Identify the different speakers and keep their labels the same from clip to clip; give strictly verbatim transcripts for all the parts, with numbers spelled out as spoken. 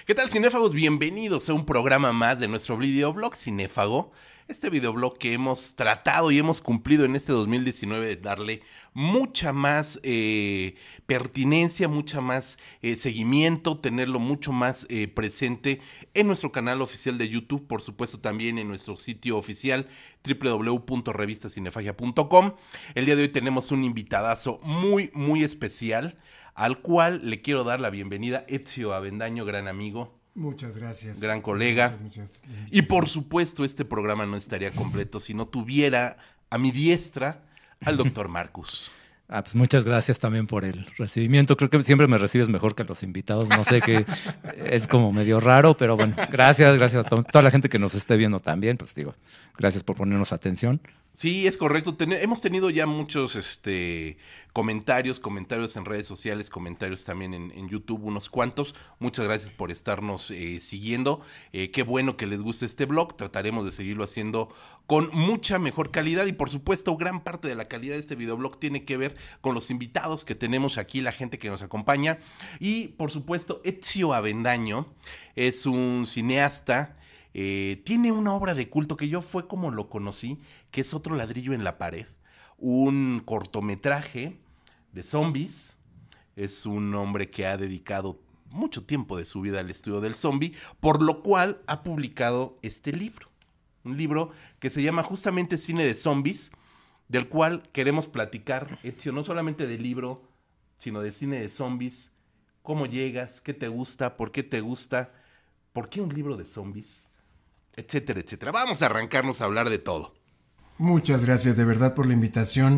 Speaker 1: ¿Qué tal, cinéfagos? Bienvenidos a un programa más de nuestro videoblog Cinéfago. Este videoblog que hemos tratado y hemos cumplido en este dos mil diecinueve de darle mucha más eh, pertinencia, mucha más eh, seguimiento, tenerlo mucho más eh, presente en nuestro canal oficial de YouTube, por supuesto también en nuestro sitio oficial doble u doble u doble u punto revista cinefagia punto com. El día de hoy tenemos un invitadazo muy, muy especial, al cual le quiero dar la bienvenida, Ezio Avendaño, gran amigo.
Speaker 2: Muchas gracias.
Speaker 1: Gran colega.
Speaker 2: Muchas, muchas
Speaker 1: y por supuesto, este programa no estaría completo si no tuviera a mi diestra al doctor Marcus.
Speaker 3: Ah, pues muchas gracias también por el recibimiento. Creo que siempre me recibes mejor que a los invitados. No sé, que es como medio raro, pero bueno, gracias, gracias a to toda la gente que nos esté viendo también. Pues digo, gracias por ponernos atención.
Speaker 1: Sí, es correcto. Ten hemos tenido ya muchos este, comentarios, comentarios en redes sociales, comentarios también en, en YouTube, unos cuantos. Muchas gracias por estarnos eh, siguiendo. Eh, qué bueno que les guste este blog. Trataremos de seguirlo haciendo con mucha mejor calidad y, por supuesto, gran parte de la calidad de este videoblog tiene que ver con los invitados que tenemos aquí, la gente que nos acompaña. Y, por supuesto, Ezio Avendaño es un cineasta. Eh, tiene una obra de culto que yo fue como lo conocí, que es Otro ladrillo en la pared, un cortometraje de zombies. Es un hombre que ha dedicado mucho tiempo de su vida al estudio del zombie, por lo cual ha publicado este libro, un libro que se llama justamente Cine de Zombies, del cual queremos platicar, Ezio, no solamente del libro, sino de cine de zombies. ¿Cómo llegas? ¿Qué te gusta? ¿Por qué te gusta? ¿Por qué un libro de zombies? Etcétera, etcétera. Vamos a arrancarnos a hablar de todo.
Speaker 2: Muchas gracias de verdad por la invitación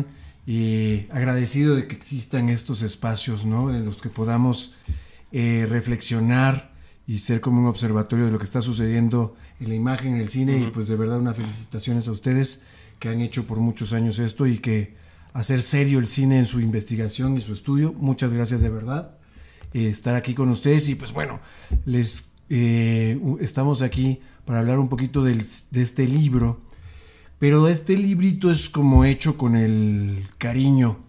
Speaker 2: y agradecido de que existan estos espacios, ¿no? En los que podamos eh, reflexionar y ser como un observatorio de lo que está sucediendo en la imagen, en el cine. Uh-huh. Y pues de verdad unas felicitaciones a ustedes que han hecho por muchos años esto y que hacer serio el cine en su investigación y su estudio. Muchas gracias de verdad eh, estar aquí con ustedes y pues bueno, les eh, estamos aquí para hablar un poquito del, de este libro, pero este librito es como hecho con el cariño,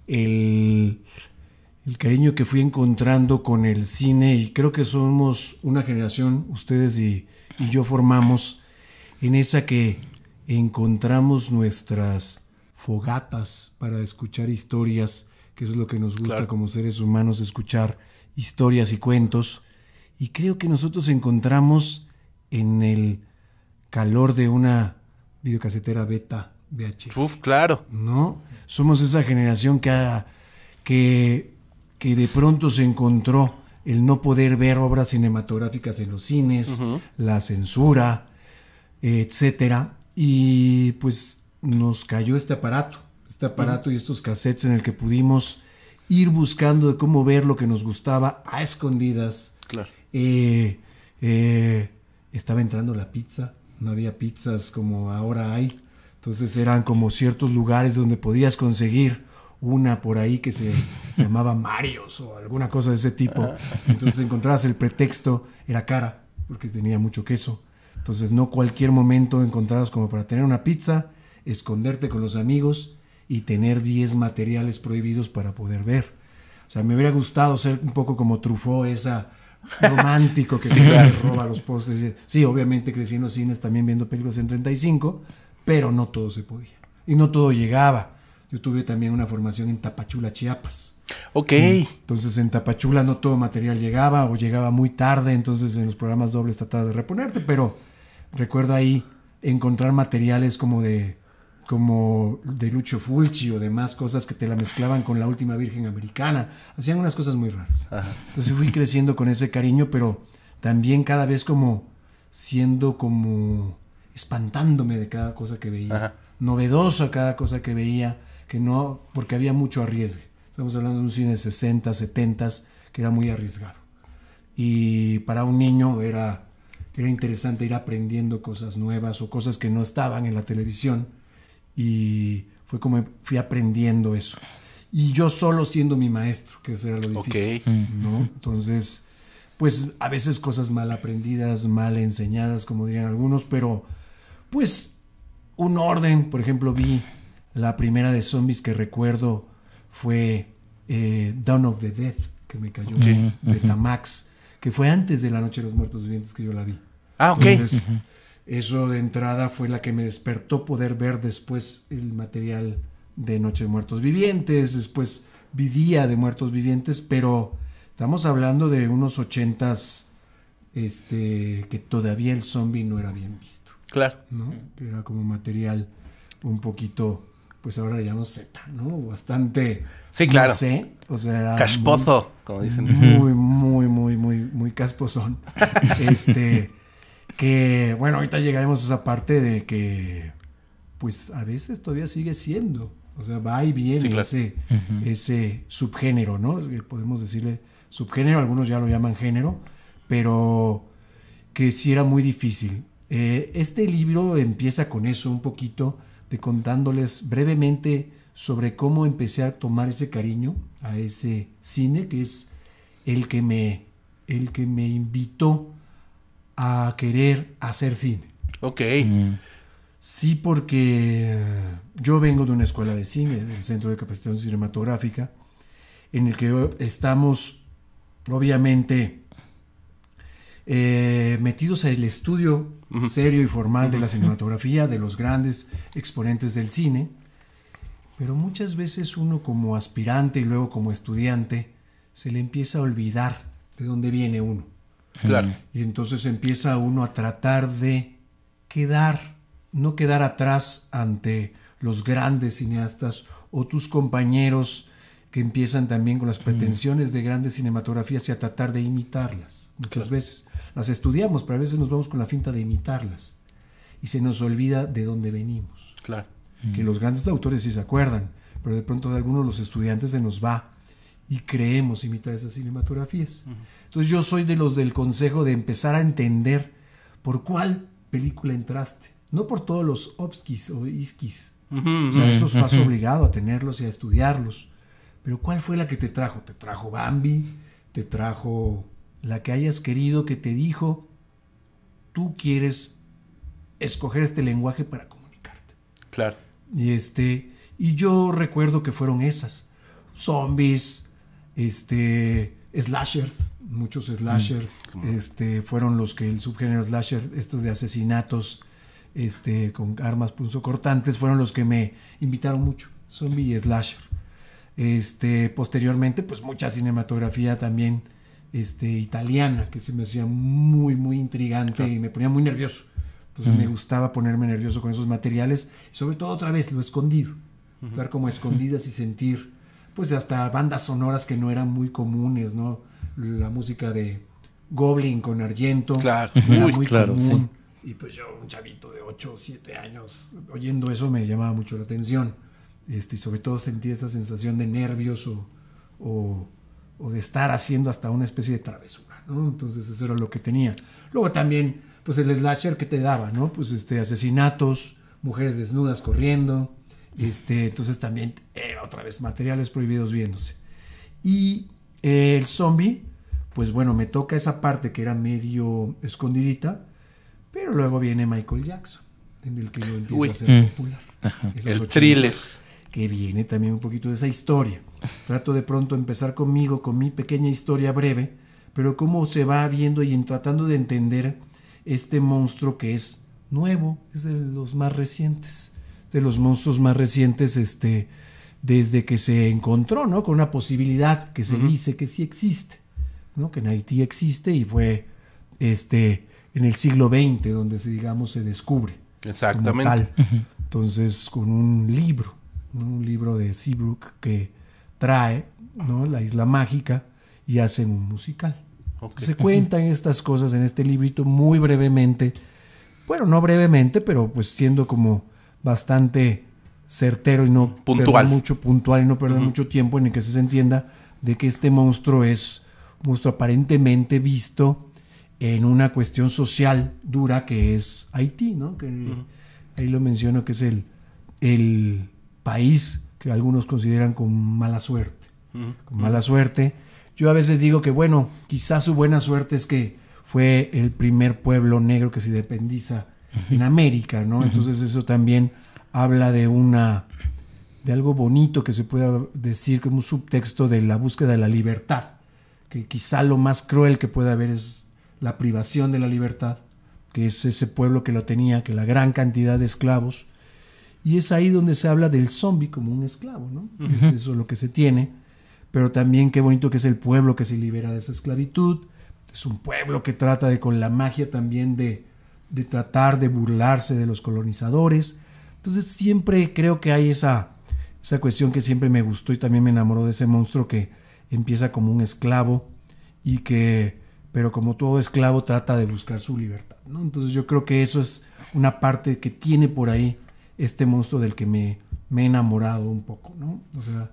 Speaker 2: el, el cariño que fui encontrando con el cine, y creo que somos una generación, ustedes y, y yo formamos, en esa que encontramos nuestras fogatas para escuchar historias, que eso es lo que nos gusta, claro, como seres humanos, escuchar historias y cuentos, y creo que nosotros encontramos en el calor de una videocasetera beta V H S.
Speaker 1: Uf, claro.
Speaker 2: ¿No? Somos esa generación que, ha, que, que de pronto se encontró el no poder ver obras cinematográficas en los cines, uh-huh, la censura, etcétera. Y pues nos cayó este aparato, este aparato uh-huh, y estos cassettes en el que pudimos ir buscando de cómo ver lo que nos gustaba a escondidas.
Speaker 1: Claro.
Speaker 2: Eh, eh, Estaba entrando la pizza, no había pizzas como ahora hay, entonces eran como ciertos lugares donde podías conseguir una por ahí que se llamaba Marios o alguna cosa de ese tipo, entonces encontrabas el pretexto, era cara, porque tenía mucho queso, entonces no cualquier momento encontrabas como para tener una pizza, esconderte con los amigos y tener diez materiales prohibidos para poder ver. O sea, me hubiera gustado ser un poco como Truffaut, esa romántico que sí, siempre roba los postres. Sí, obviamente crecí en los cines también viendo películas en treinta y cinco, pero no todo se podía y no todo llegaba. Yo tuve también una formación en Tapachula, Chiapas.
Speaker 1: Ok.
Speaker 2: Entonces en Tapachula no todo material llegaba o llegaba muy tarde, entonces en los programas dobles trataba de reponerte, pero recuerdo ahí encontrar materiales como de como de Lucio Fulci o demás cosas que te la mezclaban con La Última Virgen Americana. Hacían unas cosas muy raras. Ajá. Entonces fui creciendo con ese cariño, pero también cada vez como siendo como espantándome de cada cosa que veía. Ajá. Novedoso a cada cosa que veía, que no, porque había mucho arriesgue. Estamos hablando de un cine de sesenta, setenta, que era muy arriesgado. Y para un niño era, era interesante ir aprendiendo cosas nuevas o cosas que no estaban en la televisión. Y fue como fui aprendiendo eso. Y yo solo siendo mi maestro, que eso era lo difícil. Okay. ¿No? Entonces, pues a veces cosas mal aprendidas, mal enseñadas, como dirían algunos, pero pues un orden. Por ejemplo, vi la primera de zombies que recuerdo fue eh, Dawn of the Dead, que me cayó, okay, Betamax, que fue antes de La Noche de los Muertos Vivientes que yo la vi.
Speaker 1: Ah, ok.
Speaker 2: Entonces, uh-huh. eso de entrada fue la que me despertó poder ver después el material de Noche de Muertos Vivientes, después vi Día de Muertos Vivientes, pero estamos hablando de unos ochentas, este, que todavía el zombie no era bien visto.
Speaker 1: Claro.
Speaker 2: ¿No? Que era como material un poquito, pues ahora le llamamos Z, ¿no? Bastante...
Speaker 1: Sí, claro.
Speaker 2: No sé, o sea, era
Speaker 1: casposo,
Speaker 2: muy,
Speaker 1: como dicen.
Speaker 2: Muy, muy, muy, muy, muy casposón. este, que, bueno, ahorita llegaremos a esa parte de que, pues, a veces todavía sigue siendo. O sea, va y viene, sí, claro. ese, uh-huh. ese subgénero, ¿no? Podemos decirle subgénero, algunos ya lo llaman género, pero que sí era muy difícil. Eh, este libro empieza con eso, un poquito, de contándoles brevemente sobre cómo empecé a tomar ese cariño a ese cine, que es el que me, el que me invitó a querer hacer cine.
Speaker 1: Ok.
Speaker 2: Mm. Sí, porque yo vengo de una escuela de cine, del Centro de Capacitación Cinematográfica, en el que estamos, obviamente, eh, metidos al estudio uh-huh. serio y formal uh-huh. de la cinematografía, de los grandes exponentes del cine, pero muchas veces uno como aspirante y luego como estudiante se le empieza a olvidar de dónde viene uno.
Speaker 1: Claro.
Speaker 2: Y entonces empieza uno a tratar de quedar, no quedar atrás ante los grandes cineastas o tus compañeros que empiezan también con las pretensiones de grandes cinematografías y a tratar de imitarlas. Muchas claro. veces las estudiamos, pero a veces nos vamos con la finta de imitarlas y se nos olvida de dónde venimos.
Speaker 1: Claro.
Speaker 2: Que los grandes autores sí se acuerdan, pero de pronto de algunos de los estudiantes se nos va y creemos imitar esas cinematografías. Uh-huh. Entonces yo soy de los del consejo de empezar a entender por cuál película entraste, no por todos los obskis o iskis, uh-huh. o sea, esos vas uh-huh. obligado a tenerlos y a estudiarlos, pero cuál fue la que te trajo, te trajo Bambi, te trajo la que hayas querido, que te dijo, tú quieres escoger este lenguaje para comunicarte.
Speaker 1: Claro.
Speaker 2: Y este, y yo recuerdo que fueron esas, zombies, este, slashers, muchos slashers, mm. este, fueron los que el subgénero slasher, estos de asesinatos, este, con armas punzocortantes, fueron los que me invitaron mucho, zombie y slasher. Este, posteriormente, pues mucha cinematografía también, este, italiana, que se me hacía muy, muy intrigante claro. y me ponía muy nervioso. Entonces mm. me gustaba ponerme nervioso con esos materiales y sobre todo otra vez lo escondido, uh-huh. estar como a escondidas y sentir pues hasta bandas sonoras que no eran muy comunes, ¿no? La música de Goblin con Argento
Speaker 1: claro.
Speaker 2: no era
Speaker 3: Uy,
Speaker 2: muy
Speaker 3: claro,
Speaker 2: común sí. y pues yo un chavito de ocho o siete años oyendo eso me llamaba mucho la atención, este, y sobre todo sentí esa sensación de nervios o, o, o de estar haciendo hasta una especie de travesura, ¿no? Entonces eso era lo que tenía. Luego también pues el slasher que te daba, ¿no? Pues este, asesinatos, mujeres desnudas corriendo, este, entonces también era otra vez materiales prohibidos viéndose. Y eh, el zombie, pues bueno, me toca esa parte que era medio escondidita, pero luego viene Michael Jackson, en el que lo empieza Uy. a hacer mm. popular.
Speaker 1: El thriller.
Speaker 2: Que viene también un poquito de esa historia. Trato de pronto empezar conmigo, con mi pequeña historia breve, pero cómo se va viendo y en tratando de entender este monstruo que es nuevo, es de los más recientes, de los monstruos más recientes, este, desde que se encontró, ¿no? Con una posibilidad que se uh-huh. dice que sí existe, ¿no? Que en Haití existe y fue, este, en el siglo veinte donde, se, digamos, se descubre.
Speaker 1: Exactamente.
Speaker 2: Como tal. Uh-huh. Entonces, con un libro, ¿no? Un libro de Seabrook que trae, ¿no? La Isla Mágica y hacen un musical. Okay. Se cuentan estas cosas en este librito muy brevemente, bueno, no brevemente, pero pues siendo como bastante certero y no
Speaker 1: puntual.
Speaker 2: perder mucho puntual y no perder uh-huh. mucho tiempo en el que se entienda de que este monstruo es un monstruo aparentemente visto en una cuestión social dura que es Haití, ¿no? Que uh-huh. ahí lo menciono, que es el, el país que algunos consideran con mala suerte, uh-huh. con mala suerte. Yo a veces digo que, bueno, quizás su buena suerte es que fue el primer pueblo negro que se independiza uh-huh. en América, ¿no? Uh-huh. Entonces eso también habla de una, de algo bonito que se pueda decir como un subtexto de la búsqueda de la libertad que quizá lo más cruel que puede haber es la privación de la libertad, que es ese pueblo que lo tenía, que la gran cantidad de esclavos, y es ahí donde se habla del zombie como un esclavo, ¿no? Uh-huh. Es eso lo que se tiene, pero también qué bonito que es el pueblo que se libera de esa esclavitud, es un pueblo que trata de con la magia también de, de tratar de burlarse de los colonizadores. Entonces siempre creo que hay esa, esa cuestión que siempre me gustó y también me enamoró de ese monstruo que empieza como un esclavo y que, pero como todo esclavo trata de buscar su libertad, ¿no? Entonces yo creo que eso es una parte que tiene por ahí este monstruo del que me, me he enamorado un poco, ¿no? O sea,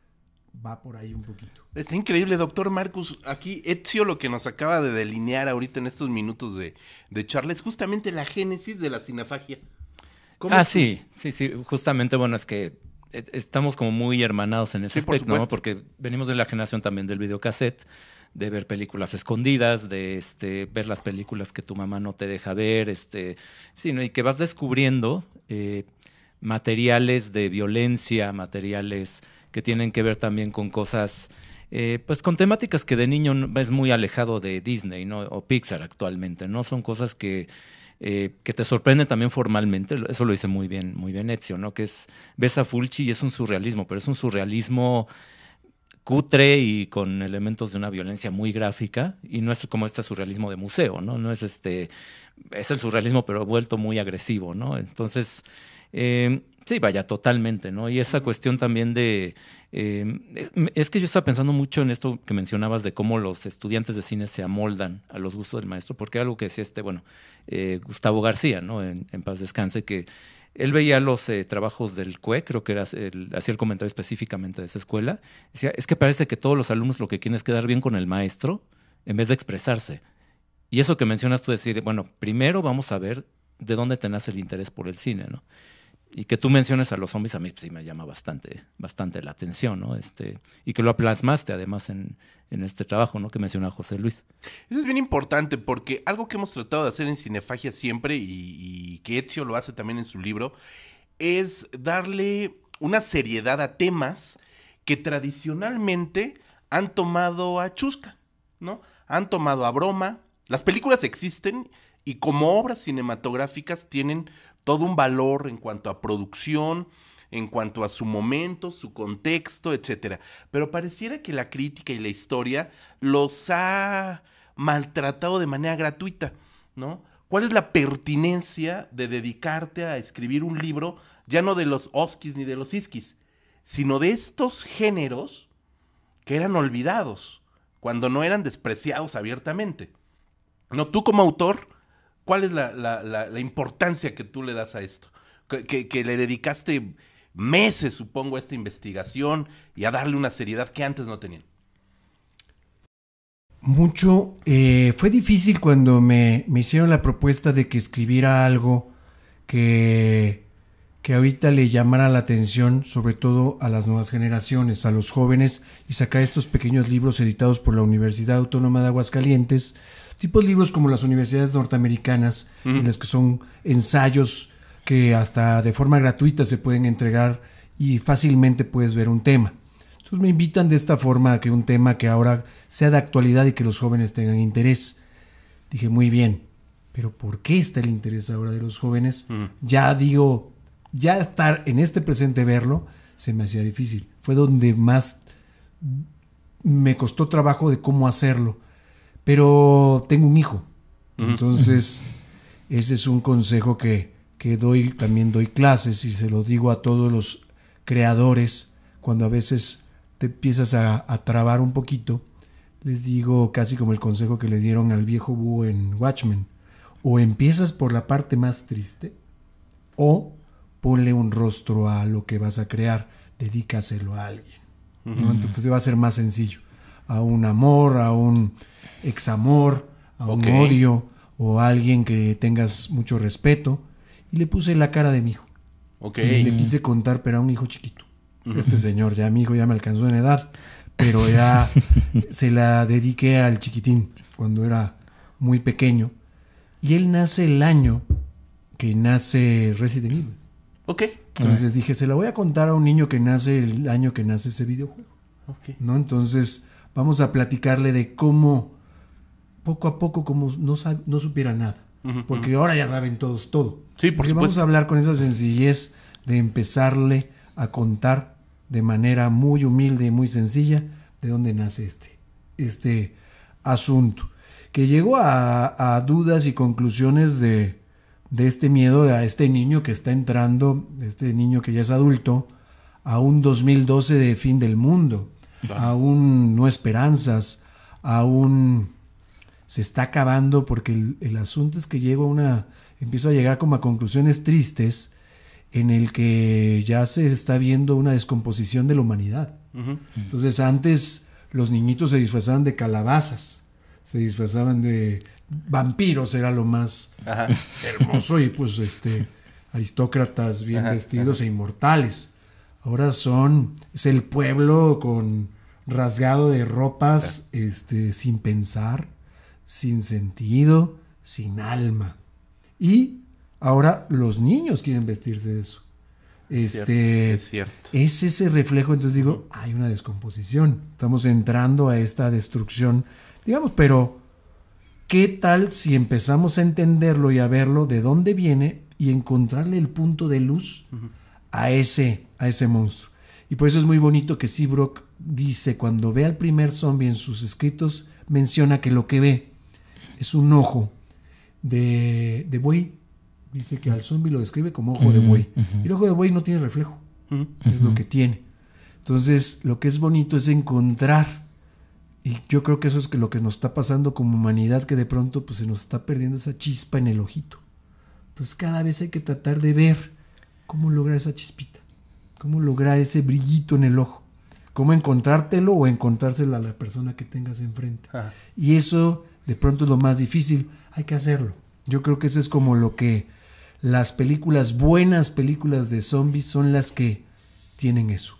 Speaker 2: va por ahí un poquito.
Speaker 1: Está increíble, doctor Marcus. Aquí Ezio lo que nos acaba de delinear ahorita en estos minutos de, de charla es justamente la génesis de la cinefagia.
Speaker 3: Ah, sí, sí, sí, justamente, bueno, es que estamos como muy hermanados en ese
Speaker 1: sí,
Speaker 3: aspecto, ¿no? Porque venimos de la generación también del videocassette, de ver películas escondidas, de este, ver las películas que tu mamá no te deja ver, este, sí, ¿no? Y que vas descubriendo eh, materiales de violencia, materiales que tienen que ver también con cosas, eh, pues con temáticas que de niño es muy alejado de Disney, ¿no? O Pixar actualmente, ¿no? Son cosas que Eh, que te sorprende también formalmente, eso lo dice muy bien, muy bien Ezio, ¿no? Que es, ves a Fulci y es un surrealismo, pero es un surrealismo cutre y con elementos de una violencia muy gráfica, y no es como este surrealismo de museo, ¿no? No es este, es el surrealismo pero vuelto muy agresivo, ¿no? Entonces, eh, sí, vaya, totalmente, ¿no? Y esa cuestión también de... Eh, es, es que yo estaba pensando mucho en esto que mencionabas de cómo los estudiantes de cine se amoldan a los gustos del maestro, porque algo que decía este, bueno, eh, Gustavo García, ¿no? En, en paz descanse, que él veía los eh, trabajos del C U E, creo que era el, hacía el comentario específicamente de esa escuela, decía, es que parece que todos los alumnos lo que quieren es quedar bien con el maestro en vez de expresarse. Y eso que mencionas tú, decir, bueno, primero vamos a ver de dónde te nace el interés por el cine, ¿no? Y que tú menciones a los zombies, a mí pues, sí me llama bastante, bastante la atención, ¿no? Este, y que lo plasmaste además en, en este trabajo, ¿no? Que menciona José Luis.
Speaker 1: Eso es bien importante porque algo que hemos tratado de hacer en Cinefagia siempre, y, y que Ezio lo hace también en su libro, es darle una seriedad a temas que tradicionalmente han tomado a chusca, ¿no? Han tomado a broma. Las películas existen y como obras cinematográficas tienen todo un valor en cuanto a producción, en cuanto a su momento, su contexto, etcétera. Pero pareciera que la crítica y la historia los ha maltratado de manera gratuita, ¿no? ¿Cuál es la pertinencia de dedicarte a escribir un libro ya no de los oskis ni de los iskis, sino de estos géneros que eran olvidados, cuando no eran despreciados abiertamente? No, tú como autor, ¿cuál es la, la, la, la importancia que tú le das a esto? Que, que, que le dedicaste meses, supongo, a esta investigación y a darle una seriedad que antes no tenían.
Speaker 2: Mucho. Eh, fue difícil cuando me, me hicieron la propuesta de que escribiera algo que, que ahorita le llamara la atención, sobre todo a las nuevas generaciones, a los jóvenes, y sacar estos pequeños libros editados por la Universidad Autónoma de Aguascalientes, tipos libros como las universidades norteamericanas, uh-huh. en los que son ensayos que hasta de forma gratuita se pueden entregar y fácilmente puedes ver un tema. Entonces me invitan de esta forma a que un tema que ahora sea de actualidad y que los jóvenes tengan interés. Dije, muy bien, pero ¿por qué está el interés ahora de los jóvenes? Uh-huh. Ya digo, ya estar en este presente verlo, se me hacía difícil. Fue donde más me costó trabajo de cómo hacerlo. Pero tengo un hijo, uh-huh. entonces ese es un consejo que, que doy, también doy clases y se lo digo a todos los creadores, cuando a veces te empiezas a, a trabar un poquito, les digo casi como el consejo que le dieron al viejo búho en Watchmen, o empiezas por la parte más triste, o ponle un rostro a lo que vas a crear, dedícaselo a alguien, uh-huh. ¿no? Entonces va a ser más sencillo, a un amor, a un examor, a un okay. odio o a alguien que tengas mucho respeto, y le puse la cara de mi hijo. Okay. Y le quise contar, pero a un hijo chiquito. Uh-huh. Este señor, ya mi hijo ya me alcanzó en edad, pero ya se la dediqué al chiquitín cuando era muy pequeño. Y él nace el año que nace Resident Evil.
Speaker 1: Okay.
Speaker 2: Entonces uh-huh. dije, se la voy a contar a un niño que nace el año que nace ese videojuego.
Speaker 1: Okay.
Speaker 2: ¿No? Entonces vamos a platicarle de cómo, poco a poco, como no, sab- no supiera nada. Uh-huh, porque uh-huh. ahora ya saben todos todo.
Speaker 1: Sí, por supuesto.
Speaker 2: Vamos a hablar con esa sencillez de empezarle a contar de manera muy humilde y muy sencilla de dónde nace este, este asunto. Que llegó a, a dudas y conclusiones de, de este miedo a este niño que está entrando, este niño que ya es adulto, a un dos mil doce de fin del mundo, claro. a un no esperanzas, a un se está acabando, porque el, el asunto es que llego a una, empiezo a llegar como a conclusiones tristes en el que ya se está viendo una descomposición de la humanidad. Uh-huh. Entonces antes los niñitos se disfrazaban de calabazas, se disfrazaban de vampiros, era lo más Ajá. hermoso, y pues este aristócratas bien Ajá. vestidos Ajá. e inmortales. Ahora son, es el pueblo con rasgado de ropas, Ajá. este, sin pensar, sin sentido, sin alma. Y ahora los niños quieren vestirse de eso. Este,
Speaker 1: es cierto, es cierto.
Speaker 2: Es ese reflejo, entonces digo, hay una descomposición. Estamos entrando a esta destrucción, digamos, pero ¿qué tal si empezamos a entenderlo y a verlo de dónde viene y encontrarle el punto de luz uh-huh. a ese, a ese monstruo? Y por eso es muy bonito que Seabrook dice, cuando ve al primer zombie en sus escritos, menciona que lo que ve es un ojo de, de buey. Dice que al zombie lo describe como ojo uh-huh, de buey. Uh-huh. Y el ojo de buey no tiene reflejo. Uh-huh. Es lo que tiene. Entonces, lo que es bonito es encontrar. Y yo creo que eso es lo que nos está pasando como humanidad, que de pronto pues, se nos está perdiendo esa chispa en el ojito. Entonces, cada vez hay que tratar de ver cómo lograr esa chispita. Cómo lograr ese brillito en el ojo. Cómo encontrártelo o encontrárselo a la persona que tengas enfrente. Uh-huh. Y eso, de pronto, es lo más difícil. Hay que hacerlo. Yo creo que eso es como lo que las películas, buenas películas de zombies, son las que tienen eso.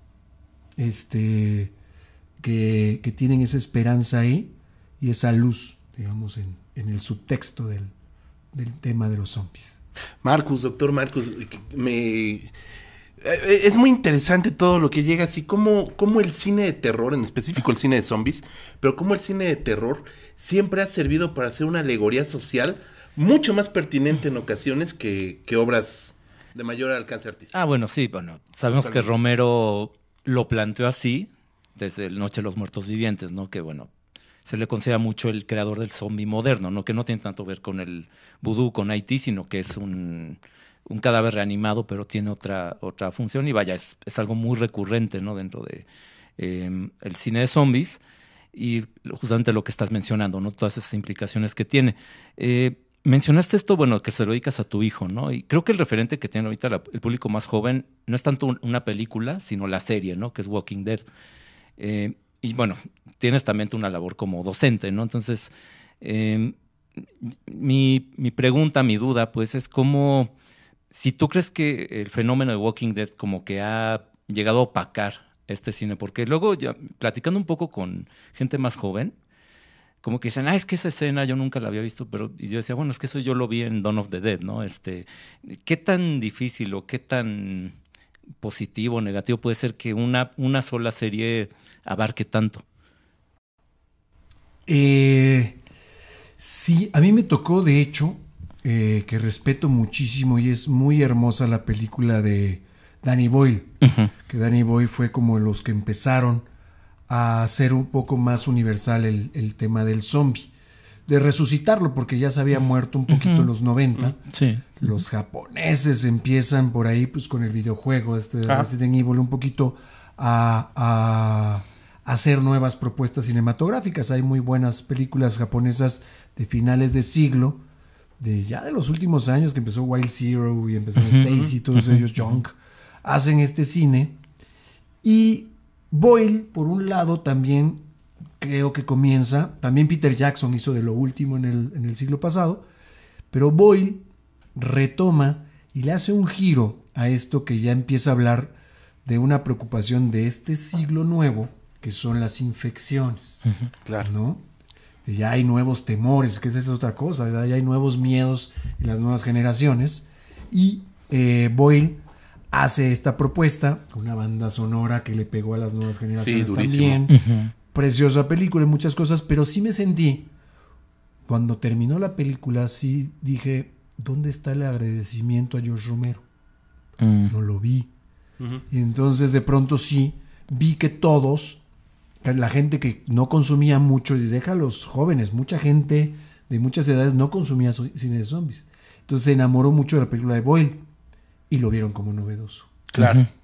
Speaker 2: Este, que, que tienen esa esperanza ahí y esa luz, digamos, en, en el subtexto del, del tema de los zombies.
Speaker 1: Marcus, doctor Marcus, me... es muy interesante todo lo que llega, así como, como el cine de terror, en específico el cine de zombies, pero como el cine de terror siempre ha servido para hacer una alegoría social mucho más pertinente en ocasiones que, que obras de mayor alcance artístico.
Speaker 3: Ah, bueno, sí, bueno, sabemos Totalmente. que Romero lo planteó así desde el Noche de los Muertos Vivientes, ¿no? Que, bueno, se le considera mucho el creador del zombie moderno, ¿no? Que no tiene tanto que ver con el vudú, con Haití, sino que es un, un cadáver reanimado, pero tiene otra, otra función. Y vaya, es, es algo muy recurrente, ¿no? Dentro de eh, el cine de zombies. Y justamente lo que estás mencionando, ¿no? Todas esas implicaciones que tiene. Eh, mencionaste esto, bueno, que se lo dedicas a tu hijo, ¿no? Y creo que el referente que tiene ahorita la, el público más joven no es tanto un, una película, sino la serie, ¿no? Que es Walking Dead. Eh, y bueno, tienes también una labor como docente, ¿no? Entonces, eh, mi, mi pregunta, mi duda, pues, es cómo, si tú crees que el fenómeno de Walking Dead como que ha llegado a opacar este cine, porque luego, ya platicando un poco con gente más joven, como que dicen, ah, es que esa escena yo nunca la había visto, pero y yo decía, bueno, es que eso yo lo vi en Dawn of the Dead, ¿no? Este, ¿qué tan difícil o qué tan positivo o negativo puede ser que una, una sola serie abarque tanto?
Speaker 2: Eh, sí, a mí me tocó, de hecho, eh, que respeto muchísimo y es muy hermosa la película de Danny Boyle, uh-huh. que Danny Boyle fue como los que empezaron a hacer un poco más universal el, el tema del zombie, de resucitarlo, porque ya se había muerto un poquito uh-huh. en los noventa.
Speaker 3: Sí.
Speaker 2: Los japoneses empiezan por ahí pues con el videojuego este de ah. Resident Evil un poquito a, a, a hacer nuevas propuestas cinematográficas. Hay muy buenas películas japonesas de finales de siglo, de ya de los últimos años, que empezó Wild Zero y empezó uh-huh. Stacy, todos uh-huh. ellos, Junk, hacen este cine. Y Boyle, por un lado, también creo que comienza, también Peter Jackson hizo de lo último en el, en el siglo pasado, pero Boyle retoma y le hace un giro a esto que ya empieza a hablar de una preocupación de este siglo nuevo, que son las infecciones.
Speaker 1: Uh-huh, claro.
Speaker 2: ¿No? Ya hay nuevos temores, que esa es otra cosa, ¿verdad? Ya hay nuevos miedos en las nuevas generaciones. Y eh, Boyle hace esta propuesta, una banda sonora que le pegó a las nuevas generaciones
Speaker 1: Sí, durísimo.
Speaker 2: también. Uh-huh. Preciosa película y muchas cosas, pero sí me sentí, cuando terminó la película, sí dije, ¿dónde está el agradecimiento a George Romero? Uh-huh. No lo vi. Uh-huh. Y entonces de pronto sí vi que todos, la gente que no consumía mucho, y deja a los jóvenes, mucha gente de muchas edades no consumía cine de zombies. Entonces se enamoró mucho de la película de Boyle y lo vieron como novedoso.
Speaker 1: Claro.
Speaker 2: Uh-huh.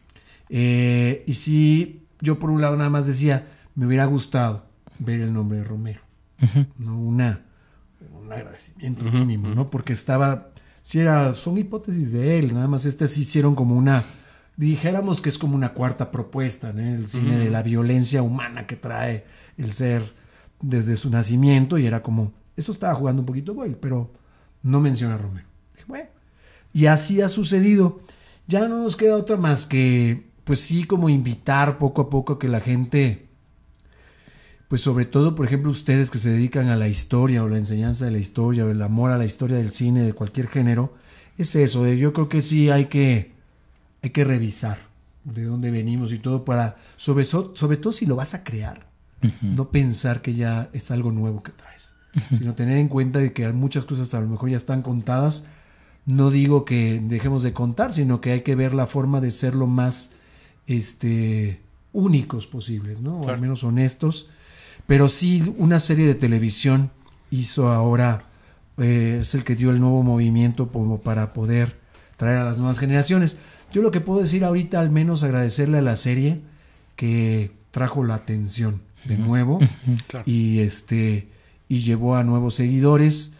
Speaker 2: Eh, y sí, yo por un lado nada más decía, me hubiera gustado ver el nombre de Romero. Uh-huh. No una, un agradecimiento uh-huh. mínimo, ¿no? Porque estaba, si era, son hipótesis de él, nada más estas sí hicieron como una, dijéramos que es como una cuarta propuesta, ¿no? El cine uh-huh. de la violencia humana que trae el ser desde su nacimiento, y era como, eso estaba jugando un poquito Boyle, pero no menciona a Romero. Dije, bueno, y así ha sucedido. Ya no nos queda otra más que, pues sí, como invitar poco a poco a que la gente, pues sobre todo, por ejemplo, ustedes que se dedican a la historia o la enseñanza de la historia o el amor a la historia del cine de cualquier género, es eso. Eh, yo creo que sí hay que, hay que revisar de dónde venimos y todo para, sobre, sobre todo si lo vas a crear, uh-huh. no pensar que ya es algo nuevo que traes, uh-huh. sino tener en cuenta de que muchas cosas a lo mejor ya están contadas. No digo que dejemos de contar, sino que hay que ver la forma de ser lo más este, únicos posibles, ¿no? Claro. O al menos honestos. Pero sí, una serie de televisión hizo ahora, eh, es el que dio el nuevo movimiento como para poder traer a las nuevas generaciones. Yo lo que puedo decir ahorita, al menos agradecerle a la serie que trajo la atención de nuevo claro. y, este, y llevó a nuevos seguidores.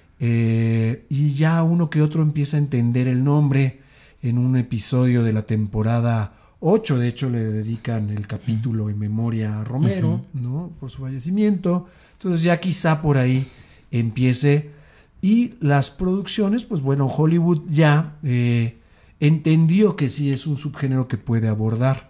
Speaker 2: Eh, y ya uno que otro empieza a entender el nombre. En un episodio de la temporada ocho, de hecho, le dedican el capítulo en memoria a Romero, uh-huh. ¿no? Por su fallecimiento. Entonces ya quizá por ahí empiece. Y las producciones, pues bueno, Hollywood ya eh, entendió que sí es un subgénero que puede abordar.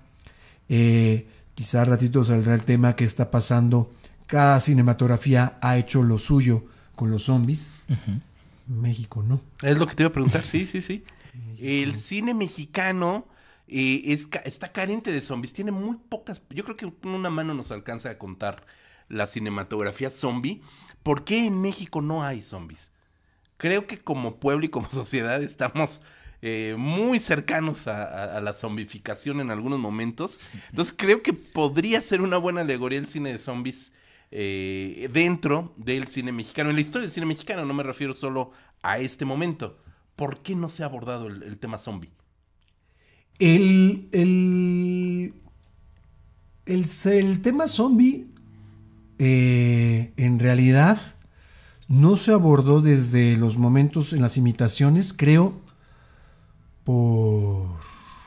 Speaker 2: Eh, quizá al ratito saldrá el tema que está pasando. Cada cinematografía ha hecho lo suyo con los zombies. Uh-huh. México no.
Speaker 1: Es lo que te iba a preguntar, sí, sí, sí. El cine mexicano eh, es, está carente de zombies, tiene muy pocas, yo creo que con una mano nos alcanza a contar la cinematografía zombie. ¿Por qué en México no hay zombies? Creo que como pueblo y como sociedad estamos eh, muy cercanos a, a, a la zombificación en algunos momentos. Entonces creo que podría ser una buena alegoría el cine de zombies eh, dentro del cine mexicano. En la historia del cine mexicano, no me refiero solo a este momento. ¿Por qué no se ha abordado el, el tema zombie?
Speaker 2: El, el, el, el tema zombie eh, en realidad no se abordó desde los momentos en las imitaciones, creo, por...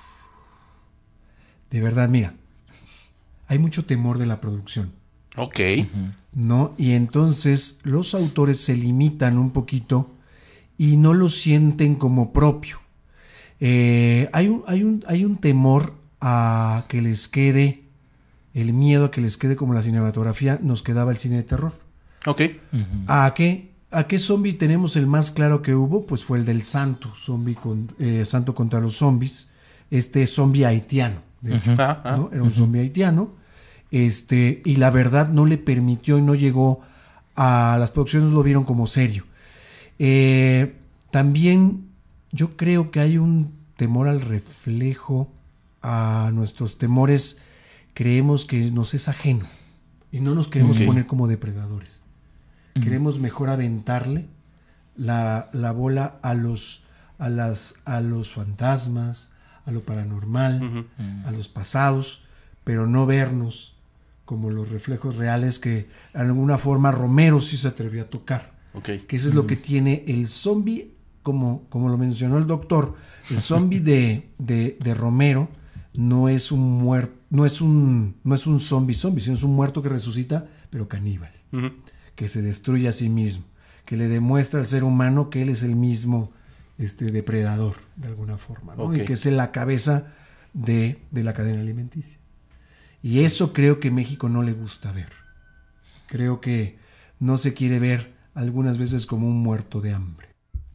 Speaker 2: De verdad, mira, hay mucho temor de la producción.
Speaker 1: Ok.
Speaker 2: Uh-huh. ¿No? Y entonces los autores se limitan un poquito y no lo sienten como propio. Eh, hay, un, hay, un, hay un temor a que les quede, el miedo a que les quede como la cinematografía nos quedaba el cine de terror.
Speaker 1: Ok.
Speaker 2: Uh-huh. ¿A qué, a qué zombie tenemos el más claro que hubo? Pues fue el del Santo, zombie con, eh, Santo contra los zombies, este zombie haitiano, de hecho, uh-huh. ah, ah. ¿no? Era un uh-huh. zombie haitiano, este, y la verdad no le permitió y no llegó a las producciones, lo vieron como serio. Eh, también yo creo que hay un temor al reflejo, a nuestros temores, creemos que nos es ajeno y no nos queremos okay. poner como depredadores. Uh-huh. Queremos mejor aventarle la, la bola a los, a, las, a los fantasmas, a lo paranormal, uh-huh. a los pasados, pero no vernos como los reflejos reales que de alguna forma Romero sí se atrevió a tocar.
Speaker 1: Okay.
Speaker 2: Que eso es uh-huh. lo que tiene el zombie, como, como lo mencionó el doctor, el zombie de, de, de Romero no es un muerto, no es un, no es un zombie zombie, sino es un muerto que resucita, pero caníbal, uh-huh. que se destruye a sí mismo, que le demuestra al ser humano que él es el mismo este, depredador, de alguna forma, ¿no? Okay. Y que es la cabeza de, de la cadena alimenticia. Y eso creo que México no le gusta ver. Creo que no se quiere ver algunas veces como un muerto de hambre.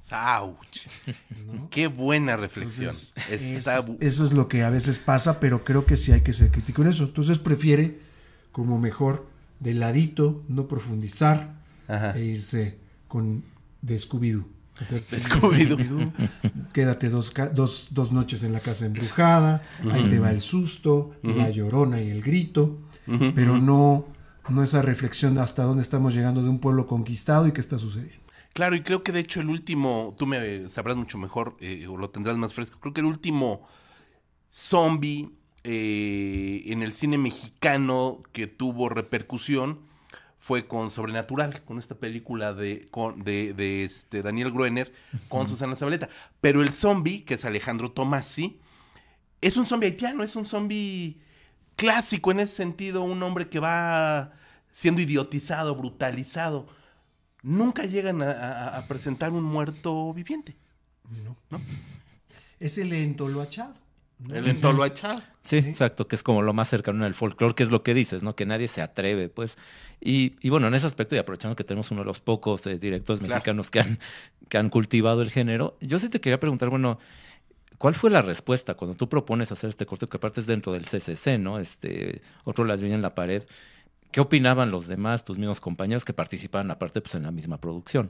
Speaker 1: ¡Auch! ¿No? Qué buena reflexión.
Speaker 2: Entonces, Está... es, eso es lo que a veces pasa, pero creo que sí hay que ser crítico en eso. Entonces prefiere como mejor de ladito, no profundizar, Ajá. e irse con de Scooby-Doo.
Speaker 1: Scooby-Doo.
Speaker 2: Quédate dos, dos, dos noches en la casa embrujada, uh-huh. ahí te va el susto, uh-huh. la llorona y el grito, uh-huh. pero no, no esa reflexión hasta dónde estamos llegando de un pueblo conquistado y qué está sucediendo.
Speaker 1: Claro, y creo que de hecho el último, tú me sabrás mucho mejor, eh, o lo tendrás más fresco, creo que el último zombie eh, en el cine mexicano que tuvo repercusión fue con Sobrenatural, con esta película de, con, de, de este Daniel Gruener con uh-huh. Susana Zabaleta. Pero el zombie, que es Alejandro Tomasi, es un zombie haitiano, es un zombie clásico en ese sentido, un hombre que va siendo idiotizado, brutalizado. Nunca llegan a, a, a presentar un muerto viviente.
Speaker 2: No. ¿No? Es el entoloachado.
Speaker 1: ¿No? El entoloachado.
Speaker 3: Sí, sí, exacto, que es como lo más cercano al folclore, que es lo que dices, ¿no? Que nadie se atreve, pues. Y, y bueno, en ese aspecto, y aprovechando que tenemos uno de los pocos eh, directores claro. mexicanos que han, que han cultivado el género, yo sí te quería preguntar, bueno, ¿cuál fue la respuesta cuando tú propones hacer este corto, que aparte es dentro del C C C, ¿no? Este, otro ladrillo en la pared. ¿Qué opinaban los demás, tus mismos compañeros que participaban aparte pues, en la misma producción?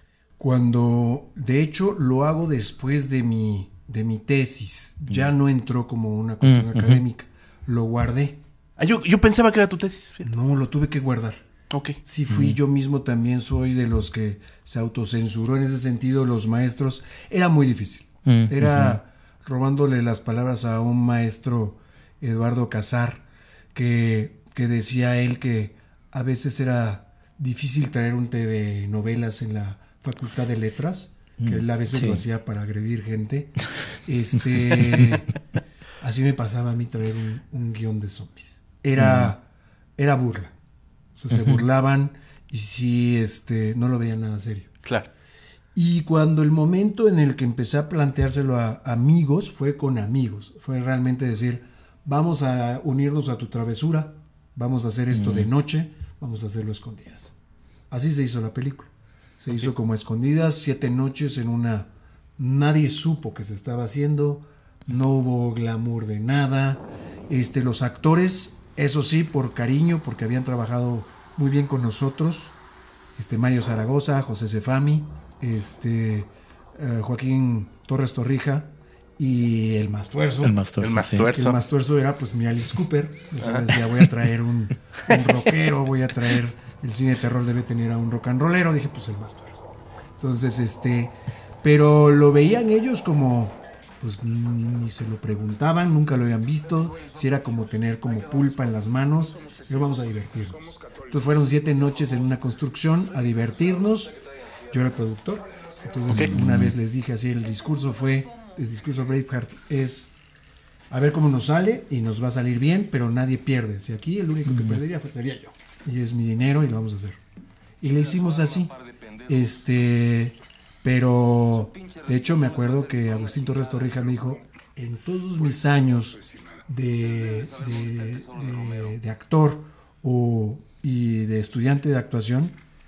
Speaker 2: Cuando, de hecho, lo hago después de mi, de mi tesis. Ya no entró como una cuestión mm, académica. Uh-huh. Lo guardé.
Speaker 1: Ah, yo, yo pensaba que era tu tesis.
Speaker 2: No, lo tuve que guardar.
Speaker 1: Ok.
Speaker 2: Sí, fui uh-huh. yo mismo también, soy de los que se autocensuró en ese sentido, los maestros. Era muy difícil. Uh-huh. Era robándole las palabras a un maestro, Eduardo Casar, que... que decía él que a veces era difícil traer un T V novelas en la Facultad de Letras, mm, que él a veces sí. lo hacía para agredir gente. Este, así me pasaba a mí traer un, un guión de zombies. Era, mm. era burla. O sea, uh-huh. se burlaban y sí, este, no lo veían nada serio.
Speaker 1: Claro.
Speaker 2: Y cuando el momento en el que empecé a planteárselo a amigos, fue con amigos. Fue realmente decir, vamos a unirnos a tu travesura. Vamos a hacer esto mm. de noche, vamos a hacerlo a escondidas. Así se hizo la película. Se okay. hizo como a escondidas, siete noches en una... Nadie supo que se estaba haciendo, no hubo glamour de nada. Este, los actores, eso sí, por cariño, porque habían trabajado muy bien con nosotros. Este, Mario Zaragoza, José Cefami, este, uh, Joaquín Torres Torrija, y el Mastuerzo.
Speaker 3: El Mastuerzo.
Speaker 1: El Mastuerzo,
Speaker 2: sí. el Mastuerzo era pues mi Alice Cooper. O sea, decía, voy a traer un, un rockero, voy a traer... El cine de terror debe tener a un rock and rollero. Dije, pues el Mastuerzo. Entonces, este... Pero lo veían ellos como... Pues ni se lo preguntaban, nunca lo habían visto. Si era como tener como pulpa en las manos. Pero vamos a divertirnos. Entonces fueron siete noches en una construcción a divertirnos. Yo era el productor. Entonces okay. una vez les dije así, el discurso fue... El discurso Braveheart es a ver cómo nos sale y nos va a salir bien, pero nadie pierde. Si aquí el único que perdería sería yo. Y es mi dinero y lo vamos a hacer. Y le hicimos así. Este, pero de hecho me acuerdo que Agustín Torres Torrija me dijo, en todos mis años de, de, de, de actor o, y de estudiante de actuación,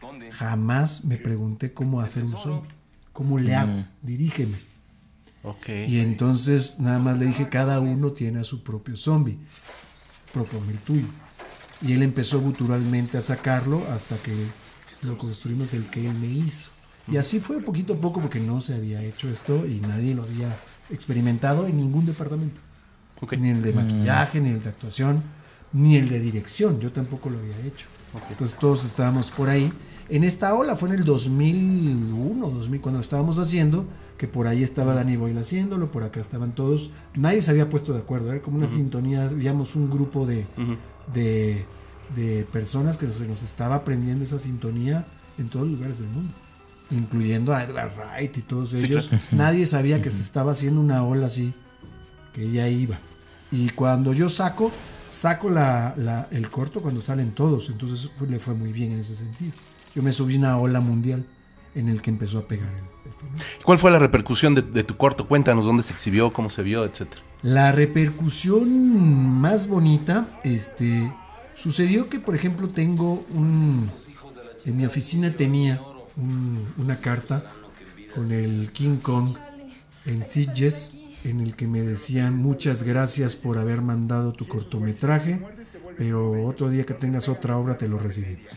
Speaker 2: jamás me pregunté cómo hacer un zombie. ¿Cómo le hago? Dirígeme.
Speaker 1: Okay.
Speaker 2: Y entonces nada más le dije, cada uno tiene a su propio zombie, propone el tuyo. Y él empezó guturalmente a sacarlo hasta que lo construimos el que él me hizo. Y así fue poquito a poco porque no se había hecho esto y nadie lo había experimentado en ningún departamento. Okay. Ni el de maquillaje, mm. ni el de actuación, ni el de dirección. Yo tampoco lo había hecho. Okay. Entonces todos estábamos por ahí. En esta ola fue en el dos mil uno, dos mil, cuando lo estábamos haciendo, que por ahí estaba Danny Boyle haciéndolo, por acá estaban todos. Nadie se había puesto de acuerdo, era como una uh-huh. sintonía, veíamos un grupo de, uh-huh. de, de personas que se nos estaba aprendiendo esa sintonía en todos los lugares del mundo, incluyendo a Edgar Wright y todos sí, ellos. Claro. Nadie sabía que uh-huh. se estaba haciendo una ola así, que ya iba. Y cuando yo saco, saco la, la, el corto cuando salen todos, entonces fue, le fue muy bien en ese sentido. Yo me subí una ola mundial en el que empezó a pegar el, el film.
Speaker 1: ¿Cuál fue la repercusión de, de tu corto? Cuéntanos dónde se exhibió, cómo se vio, etcétera.
Speaker 2: La repercusión más bonita, este, sucedió que, por ejemplo, tengo un, en mi oficina tenía un, una carta con el King Kong en Sitges, en el que me decían muchas gracias por haber mandado tu cortometraje, pero otro día que tengas otra obra te lo recibimos.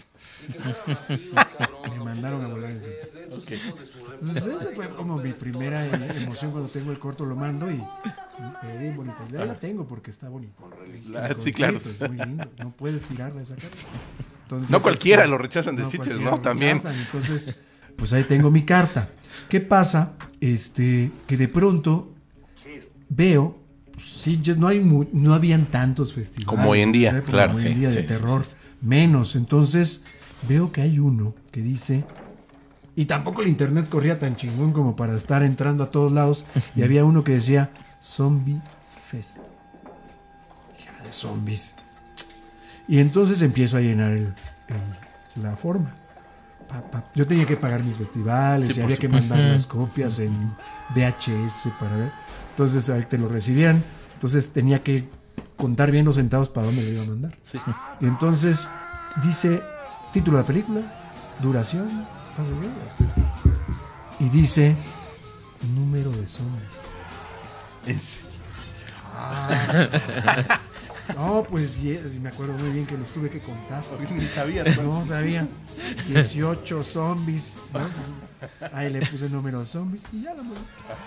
Speaker 2: Me mandaron a volar en Sitges.
Speaker 1: Okay.
Speaker 2: Entonces esa fue como mi primera emoción cuando tengo el corto, lo mando y eh, bien bonita. Ya la tengo porque está bonita.
Speaker 1: La, sí, claro.
Speaker 2: Es muy lindo. No puedes tirarla esa carta. Entonces,
Speaker 1: no cualquiera
Speaker 2: este,
Speaker 1: lo rechazan de
Speaker 2: no
Speaker 1: Sitges, ¿no? También.
Speaker 2: Rechazan. Entonces, pues ahí tengo mi carta. ¿Qué pasa? Este, que de pronto veo, pues, Sitges no hay mu- no habían tantos festivales.
Speaker 1: Como hoy en día,
Speaker 2: ¿sabes?
Speaker 1: claro.
Speaker 2: Como hoy en
Speaker 1: Sí,
Speaker 2: día de
Speaker 1: sí,
Speaker 2: terror,
Speaker 1: sí, sí.
Speaker 2: menos. Entonces, veo que hay uno que dice, y tampoco el internet corría tan chingón como para estar entrando a todos lados, y había uno que decía Zombie Fest. Dije, ah, de zombies. Y entonces empiezo a llenar el, el- la forma. Pa, pa. Yo tenía que pagar mis festivales,
Speaker 1: Sí,
Speaker 2: y
Speaker 1: por
Speaker 2: había que
Speaker 1: supuesto.
Speaker 2: mandar las copias en V H S para ver. Entonces, a ver, te lo recibían. Entonces tenía que contar bien los centavos para dónde lo iba a mandar.
Speaker 1: Sí.
Speaker 2: Y entonces dice título de la película, duración, paso bien, estoy- y dice número de zombies.
Speaker 1: Es-
Speaker 2: No, pues diez, y me acuerdo muy bien que los tuve que contar.
Speaker 1: Ni sabías.
Speaker 2: No sabía. dieciocho zombies. ¿No? Pues, ahí le puse el número de zombies y ya lo mandé.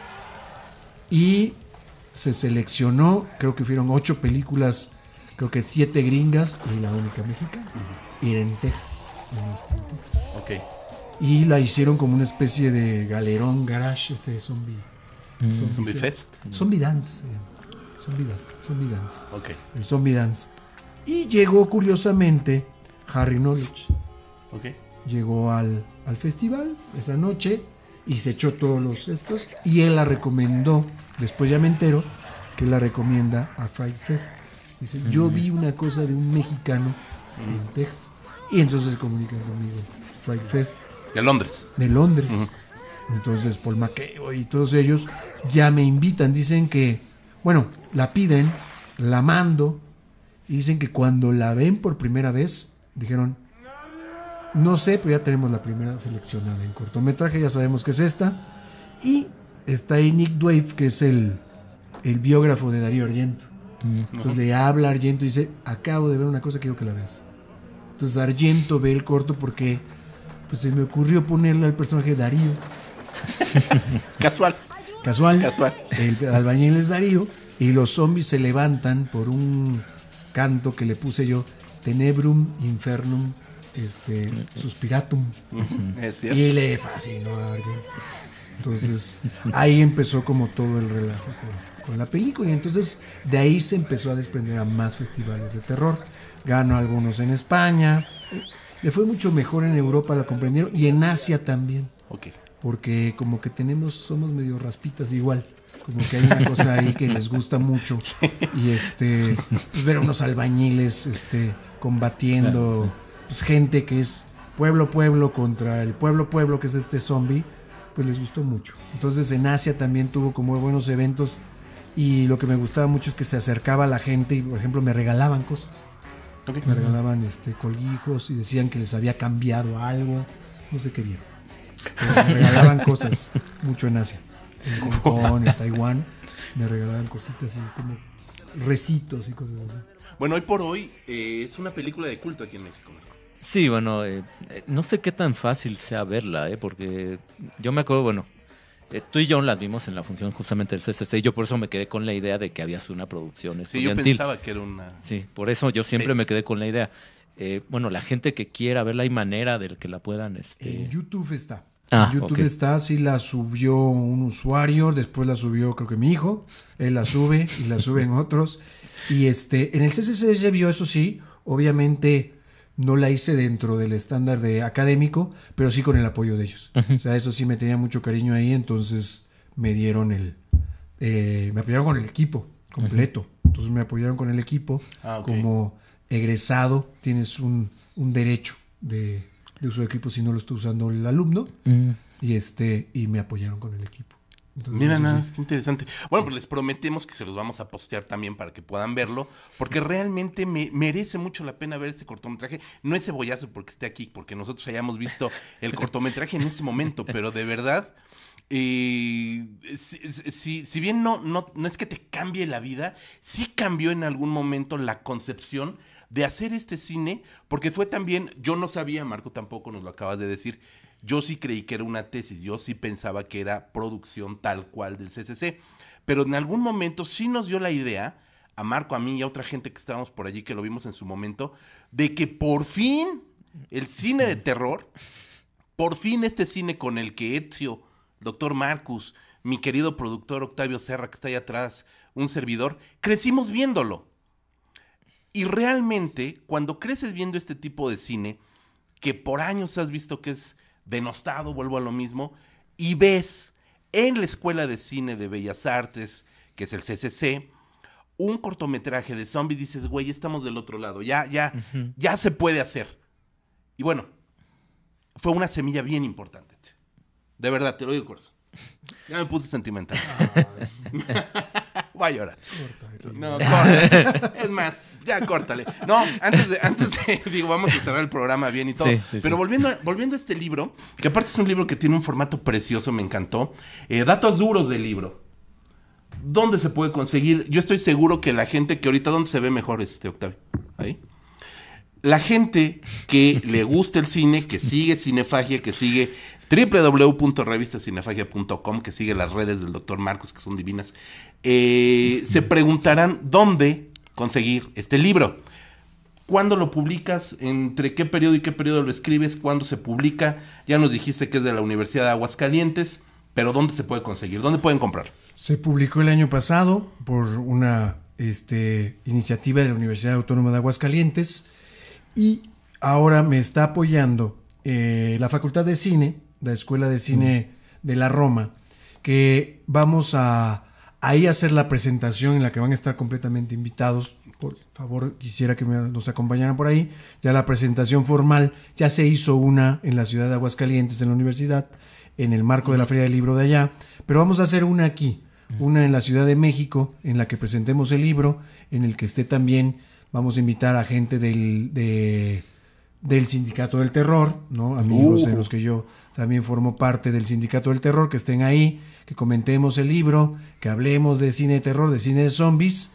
Speaker 2: Y se seleccionó, creo que fueron ocho películas, creo que siete gringas y la única mexicana. Y era en Texas. En Austin, Texas.
Speaker 1: Ok.
Speaker 2: Y la hicieron como una especie de galerón garage, ese zombie.
Speaker 3: Mm.
Speaker 1: Zombie Fest.
Speaker 2: Zombie Dance. eh, Zombie Dance. Zombie Dance.
Speaker 1: Ok.
Speaker 2: El Zombie Dance. Y llegó curiosamente Harry Knowledge.
Speaker 1: Ok.
Speaker 2: Llegó al, al festival esa noche y se echó todos los estos. Y él la recomendó. Después ya me entero que él la recomienda a Fright Fest. Dice, yo vi una cosa de un mexicano en Texas. Y entonces se comunican conmigo. Fright Fest
Speaker 1: De Londres.
Speaker 2: de Londres.
Speaker 1: Ujú.
Speaker 2: Entonces Paul McKay y todos ellos ya me invitan. Dicen que, bueno, la piden, la mando. Y dicen que cuando la ven por primera vez, dijeron, no sé, pero ya tenemos la primera seleccionada en cortometraje, ya sabemos que es esta. Y está ahí Nick Dwave, que es el, el biógrafo de Darío Argento.
Speaker 3: Mm.
Speaker 2: Entonces le habla a Argento y dice, acabo de ver una cosa, quiero que la veas. Entonces Argento ve el corto porque pues se me ocurrió ponerle al personaje Darío.
Speaker 1: Casual.
Speaker 2: Casual.
Speaker 1: Casual.
Speaker 2: El albañil es Darío y los zombies se levantan por un canto que le puse yo, Tenebrum Infernum este, Suspiratum.
Speaker 1: Es cierto.
Speaker 2: Y le fascinó a Argento. Entonces ahí empezó como todo el relajo con, con la película y entonces de ahí se empezó a desprender a más festivales de terror. Ganó algunos en España, le fue mucho mejor en Europa, la comprendieron, y en Asia también,
Speaker 1: Ok.
Speaker 2: porque como que tenemos, somos medio raspitas igual, como que hay una cosa ahí que les gusta mucho, y este, pues ver a unos albañiles este, combatiendo, pues gente que es pueblo pueblo contra el pueblo pueblo que es este zombie, pues les gustó mucho. Entonces en Asia también tuvo como buenos eventos, y lo que me gustaba mucho es que se acercaba a la gente y por ejemplo me regalaban cosas.
Speaker 1: Ok.
Speaker 2: Me regalaban este colguijos y decían que les había cambiado algo, no sé qué vieron. Pero me regalaban cosas mucho en Asia, en Hong Kong, en Taiwán, me regalaban cositas y como recitos y cosas así.
Speaker 1: Bueno, hoy por hoy eh, es una película de culto aquí en México. Marco.
Speaker 3: Sí, bueno, eh, eh, no sé qué tan fácil sea verla, eh, porque yo me acuerdo, bueno, eh, tú y yo las vimos en la función justamente del C C C y yo por eso me quedé con la idea de que había sido una producción
Speaker 1: Sí, yo
Speaker 3: estudiantil.
Speaker 1: pensaba que era una...
Speaker 3: Sí, por eso yo siempre
Speaker 1: Es-
Speaker 3: me quedé con la idea. Eh, bueno, la gente que quiera verla, hay manera de que la puedan... Este...
Speaker 2: En YouTube está.
Speaker 3: Ah,
Speaker 2: en YouTube
Speaker 3: ok.
Speaker 2: está, sí la subió un usuario, después la subió creo que mi hijo, él la sube y la suben otros. Y este, en el C C C se vio, eso sí, obviamente no la hice dentro del estándar de académico, pero sí con el apoyo de ellos.
Speaker 3: Ujú.
Speaker 2: O sea, eso sí me tenía mucho cariño ahí, entonces me dieron el, eh, me apoyaron con el equipo completo. Entonces me apoyaron con el equipo.
Speaker 1: Ah, ok.
Speaker 2: Como egresado tienes un, un derecho de, de uso de equipo si no lo está usando el alumno.
Speaker 3: Mm.
Speaker 2: Y este y me apoyaron con el equipo. Entonces,
Speaker 1: Mira,
Speaker 2: eso
Speaker 1: nada,
Speaker 2: sí.
Speaker 1: qué interesante. Bueno, pues les prometemos que se los vamos a postear también para que puedan verlo, porque realmente me merece mucho la pena ver este cortometraje. No es cebollazo porque esté aquí, porque nosotros hayamos visto el cortometraje en ese momento, pero de verdad eh, si, si, si bien no, no, no es que te cambie la vida, sí cambió en algún momento la concepción de hacer este cine, porque fue también, yo no sabía, Marco tampoco nos lo acabas de decir, yo sí creí que era una tesis, yo sí pensaba que era producción tal cual del C C C, pero en algún momento sí nos dio la idea, a Marco, a mí y a otra gente que estábamos por allí, que lo vimos en su momento, de que por fin el cine de terror, por fin este cine con el que Ezio, doctor Marcus, mi querido productor Octavio Serra, que está ahí atrás, un servidor, crecimos viéndolo. Y realmente, cuando creces viendo este tipo de cine, que por años has visto que es denostado, vuelvo a lo mismo, y ves en la Escuela de Cine de Bellas Artes, que es el C C C, un cortometraje de zombies, dices, güey, estamos del otro lado, ya, ya, uh-huh. ya se puede hacer. Y bueno, fue una semilla bien importante. De verdad, te lo digo, corazón. Ya me puse sentimental. Voy a llorar. Corta, no, corta. Es más, ya córtale. No, antes de, antes de, digo, vamos a cerrar el programa bien y todo. Sí, sí, pero sí. Volviendo, a, volviendo a este libro, que aparte es un libro que tiene un formato precioso, me encantó. Eh, datos duros del libro. ¿Dónde se puede conseguir? Yo estoy seguro que la gente que ahorita, ¿dónde se ve mejor este Octavio? Ahí. La gente que le gusta el cine, que sigue Cinefagia, que sigue doble u doble u doble u punto revista cinefagia punto com, que sigue las redes del doctor Marcos, que son divinas, eh, se preguntarán dónde conseguir este libro. ¿Cuándo lo publicas? ¿Entre qué periodo y qué periodo lo escribes? ¿Cuándo se publica? Ya nos dijiste que es de la Universidad de Aguascalientes, pero ¿dónde se puede conseguir? ¿Dónde pueden comprar?
Speaker 2: Se publicó el año pasado por una este, iniciativa de la Universidad Autónoma de Aguascalientes y ahora me está apoyando eh, la Facultad de Cine, la Escuela de Cine mm. de la Roma, que vamos a ahí a hacer la presentación en la que van a estar completamente invitados. Por favor, quisiera que me, nos acompañaran por ahí. Ya la presentación formal, ya se hizo una en la ciudad de Aguascalientes, en la universidad, en el marco de la Feria del Libro de allá, pero vamos a hacer una aquí, una en la Ciudad de México, en la que presentemos el libro, en el que esté también, vamos a invitar a gente del, de, del Sindicato del Terror, ¿no? Amigos uh. de los que yo también formo parte del Sindicato del Terror, que estén ahí, que comentemos el libro, que hablemos de cine de terror, de cine de zombies,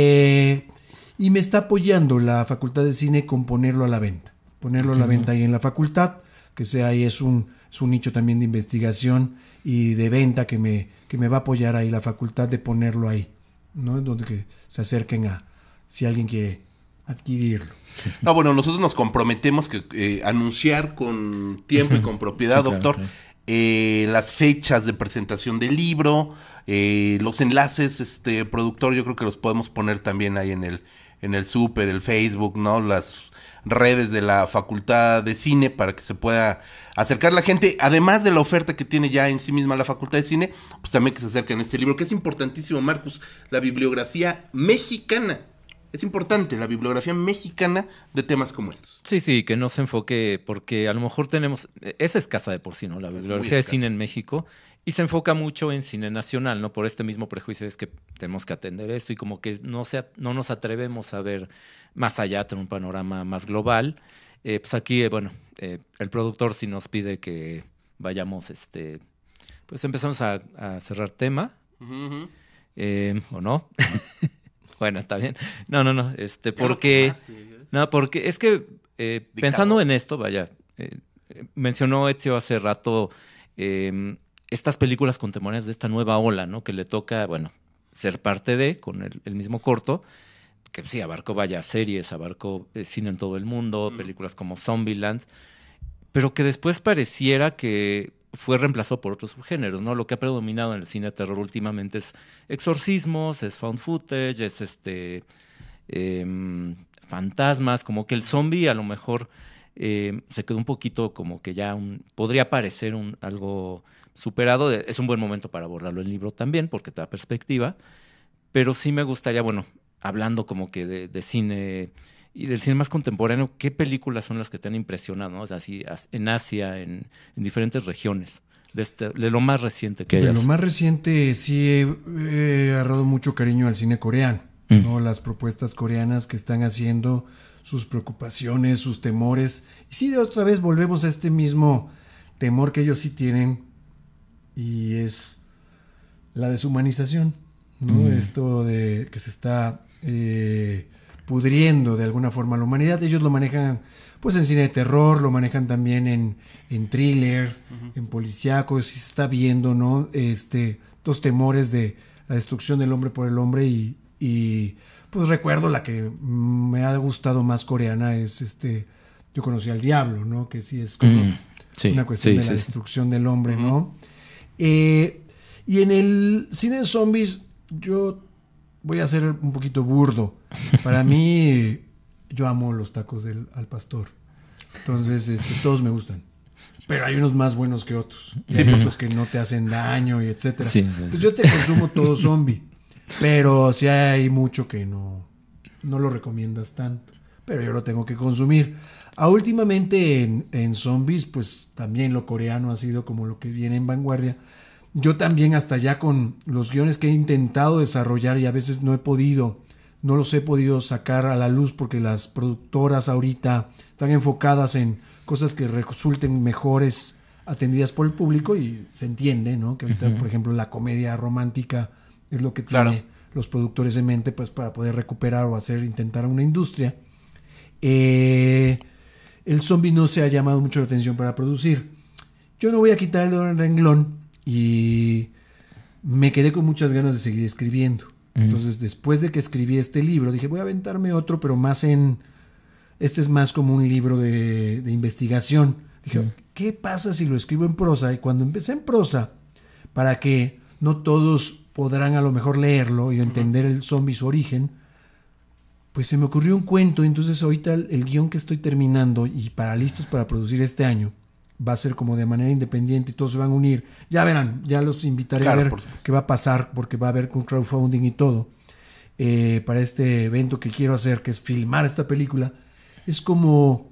Speaker 2: eh, y me está apoyando la Facultad de Cine con ponerlo a la venta, ponerlo uh-huh. a la venta ahí en la facultad, que sea ahí, es un, es un nicho también de investigación y de venta que me, que me va a apoyar ahí la facultad de ponerlo ahí, ¿no? Donde que se acerquen a, si alguien quiere adquirirlo.
Speaker 1: Ah, bueno, nosotros nos comprometemos que eh, anunciar con tiempo y con propiedad, sí, doctor, claro, claro. Eh, las fechas de presentación del libro, eh, los enlaces, este productor, yo creo que los podemos poner también ahí en el, en el súper, el Facebook, ¿no? Las redes de la Facultad de Cine para que se pueda acercar la gente, además de la oferta que tiene ya en sí misma la Facultad de Cine, pues también que se acerquen a este libro, que es importantísimo, Marcus, la bibliografía mexicana. Es importante la bibliografía mexicana de temas como estos.
Speaker 3: Sí, sí, que no se enfoque, porque a lo mejor tenemos, es escasa de por sí, ¿no? La bibliografía de cine en México, y se enfoca mucho en cine nacional, ¿no? Por este mismo prejuicio es que tenemos que atender esto y como que no, se, no nos atrevemos a ver más allá, tener un panorama más global. Eh, pues aquí, eh, bueno, eh, el productor sí nos pide que vayamos, este, pues empezamos a, a cerrar tema, uh-huh. eh, ¿o no? Bueno, está bien. No, no, no. Este, porque. No, porque es que eh, pensando en esto, vaya, eh, mencionó Ezio hace rato eh, estas películas contemporáneas de esta nueva ola, ¿no? Que le toca, bueno, ser parte de, con el, el mismo corto, que sí, abarcó, vaya, series, abarcó eh, cine en todo el mundo, mm. películas como Zombieland, pero que después pareciera que fue reemplazado por otros subgéneros, ¿no? Lo que ha predominado en el cine de terror últimamente es exorcismos, es found footage, es este eh, fantasmas, como que el zombie a lo mejor eh, se quedó un poquito como que ya un, podría parecer un, algo superado. Es un buen momento para abordarlo en el libro también, porque te da perspectiva, pero sí me gustaría, bueno, hablando como que de, de cine y del cine más contemporáneo, ¿qué películas son las que te han impresionado, ¿no? O sea, así, en Asia, en, en diferentes regiones, de, este, de lo más reciente que hayas?
Speaker 2: De lo más reciente sí he, he agarrado mucho cariño al cine coreano, mm. ¿no? Las propuestas coreanas que están haciendo, sus preocupaciones, sus temores. Y sí, de otra vez volvemos a este mismo temor que ellos sí tienen y es la deshumanización, ¿no? Mm. Esto de que se está eh, pudriendo de alguna forma la humanidad. Ellos lo manejan pues en cine de terror, lo manejan también en, en thrillers, uh-huh. en policíacos, sí se está viendo, ¿no? Este, estos temores de la destrucción del hombre por el hombre y, y pues recuerdo la que me ha gustado más coreana es este, Yo conocí al diablo, ¿no? Que sí es como mm, sí, una cuestión sí, de la sí, destrucción sí. del hombre, ¿no? Uh-huh. Eh, y en el cine de zombies yo voy a ser un poquito burdo. Para mí, yo amo los tacos del al pastor. Entonces, este, todos me gustan. Pero hay unos más buenos que otros. Y hay otros que no te hacen daño y etcétera. Sí, sí. Entonces yo te consumo todo zombie. Pero sí hay mucho que no, no lo recomiendas tanto. Pero yo lo tengo que consumir. Ah, últimamente en, en zombies, pues también lo coreano ha sido como lo que viene en vanguardia. Yo también hasta ya con los guiones que he intentado desarrollar y a veces no he podido, no los he podido sacar a la luz porque las productoras ahorita están enfocadas en cosas que resulten mejores atendidas por el público y se entiende, ¿no? Que ahorita, uh-huh. por ejemplo, la comedia romántica es lo que tienen claro. los productores en mente pues para poder recuperar o hacer, intentar una industria. Eh, el zombie no se ha llamado mucho la atención para producir. Yo no voy a quitar el dedo en el renglón y me quedé con muchas ganas de seguir escribiendo. Uh-huh. Entonces, después de que escribí este libro, dije, voy a aventarme otro, pero más en... Este es más como un libro de, de investigación. Dije, uh-huh. ¿qué pasa si lo escribo en prosa? Y cuando empecé en prosa, para que no todos podrán a lo mejor leerlo y entender uh-huh. el zombie, su origen, pues se me ocurrió un cuento. Entonces, ahorita el, el guión que estoy terminando y para listos para producir este año, va a ser como de manera independiente y todos se van a unir. Ya verán, ya los invitaré claro, a ver qué va a pasar, porque va a haber con crowdfunding y todo, eh, para este evento que quiero hacer, que es filmar esta película. Es como,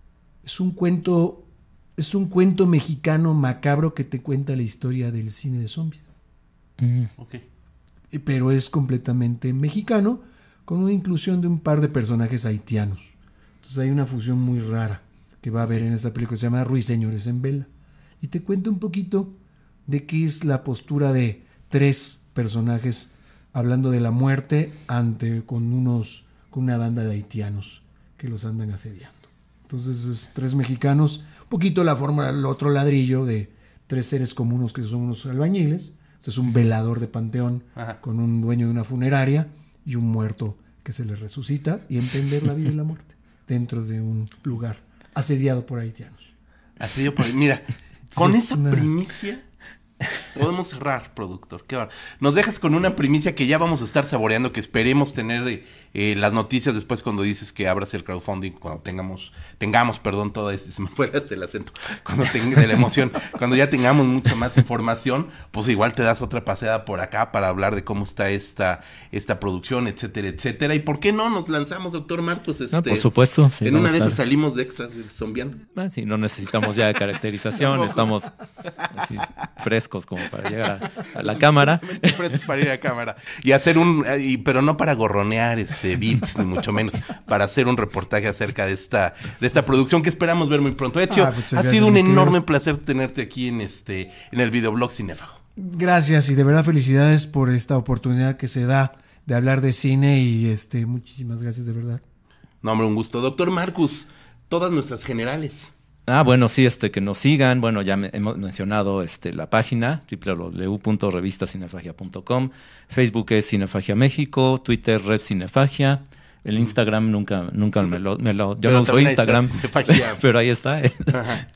Speaker 2: es un cuento, es un cuento mexicano macabro que te cuenta la historia del cine de zombies.
Speaker 1: Mm. Okay.
Speaker 2: Pero es completamente mexicano, con una inclusión de un par de personajes haitianos. Entonces hay una fusión muy rara que va a haber en esta película, se llama Ruiseñores en Vela. Y te cuento un poquito de qué es la postura de tres personajes hablando de la muerte ante con unos con una banda de haitianos que los andan asediando. Entonces es tres mexicanos, un poquito la forma del otro ladrillo de tres seres comunes que son unos albañiles. Entonces un velador de panteón Ajá. con un dueño de una funeraria y un muerto que se le resucita y entender la vida y la muerte dentro de un lugar asediado por haitianos.
Speaker 1: Asediado por... Mira, con sí, esa una... primicia podemos cerrar, productor. Qué bar... Nos dejas con una primicia que ya vamos a estar saboreando, que esperemos tener eh, las noticias después cuando dices que abras el crowdfunding, cuando tengamos, tengamos, perdón, todo eso, se me fue el acento, cuando tenga de la emoción, cuando ya tengamos mucha más información, pues igual te das otra paseada por acá para hablar de cómo está esta, esta producción, etcétera, etcétera. Y por qué no nos lanzamos, doctor Marcos, este,
Speaker 3: no, por supuesto. Sí,
Speaker 1: en una de esas salimos de extras zombiando.
Speaker 3: Ah, sí, no necesitamos ya caracterización, no. Estamos así frescos como para llegar a, a la cámara.
Speaker 1: Para ir a cámara. Y hacer un, y, pero no para gorronear este beats, ni mucho menos, para hacer un reportaje acerca de esta, de esta producción que esperamos ver muy pronto. Ezio, ah, ha sido un enorme querido. placer tenerte aquí en este, en el videoblog Cinéfago.
Speaker 2: Gracias, y de verdad felicidades por esta oportunidad que se da de hablar de cine, y este, muchísimas gracias de verdad.
Speaker 1: No, hombre, un gusto. Doctor Marcus, todas nuestras generales.
Speaker 3: Ah, bueno, sí, este, que nos sigan. Bueno, ya me, hemos mencionado este, la página doble u doble u doble u punto revista cinefagia punto com. Facebook es Cinefagia México, Twitter Red Cinefagia. El Instagram nunca, nunca me lo, me lo yo pero no uso Instagram, pero ahí está.
Speaker 1: Ajá.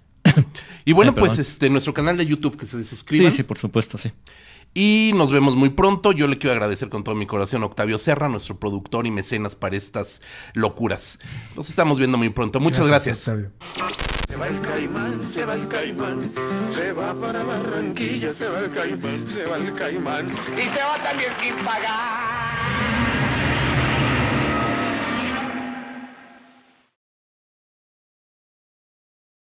Speaker 1: Y bueno, Ay, pues este, nuestro canal de YouTube, que se suscriban.
Speaker 3: Sí, sí, por supuesto, sí.
Speaker 1: Y nos vemos muy pronto. Yo le quiero agradecer con todo mi corazón a Octavio Serra, nuestro productor y mecenas para estas locuras. Nos estamos viendo muy pronto. Muchas gracias. gracias.
Speaker 4: Se va el Caimán, se va el Caimán, se va para Barranquilla, se va el Caimán, se va el Caimán y se va también sin pagar.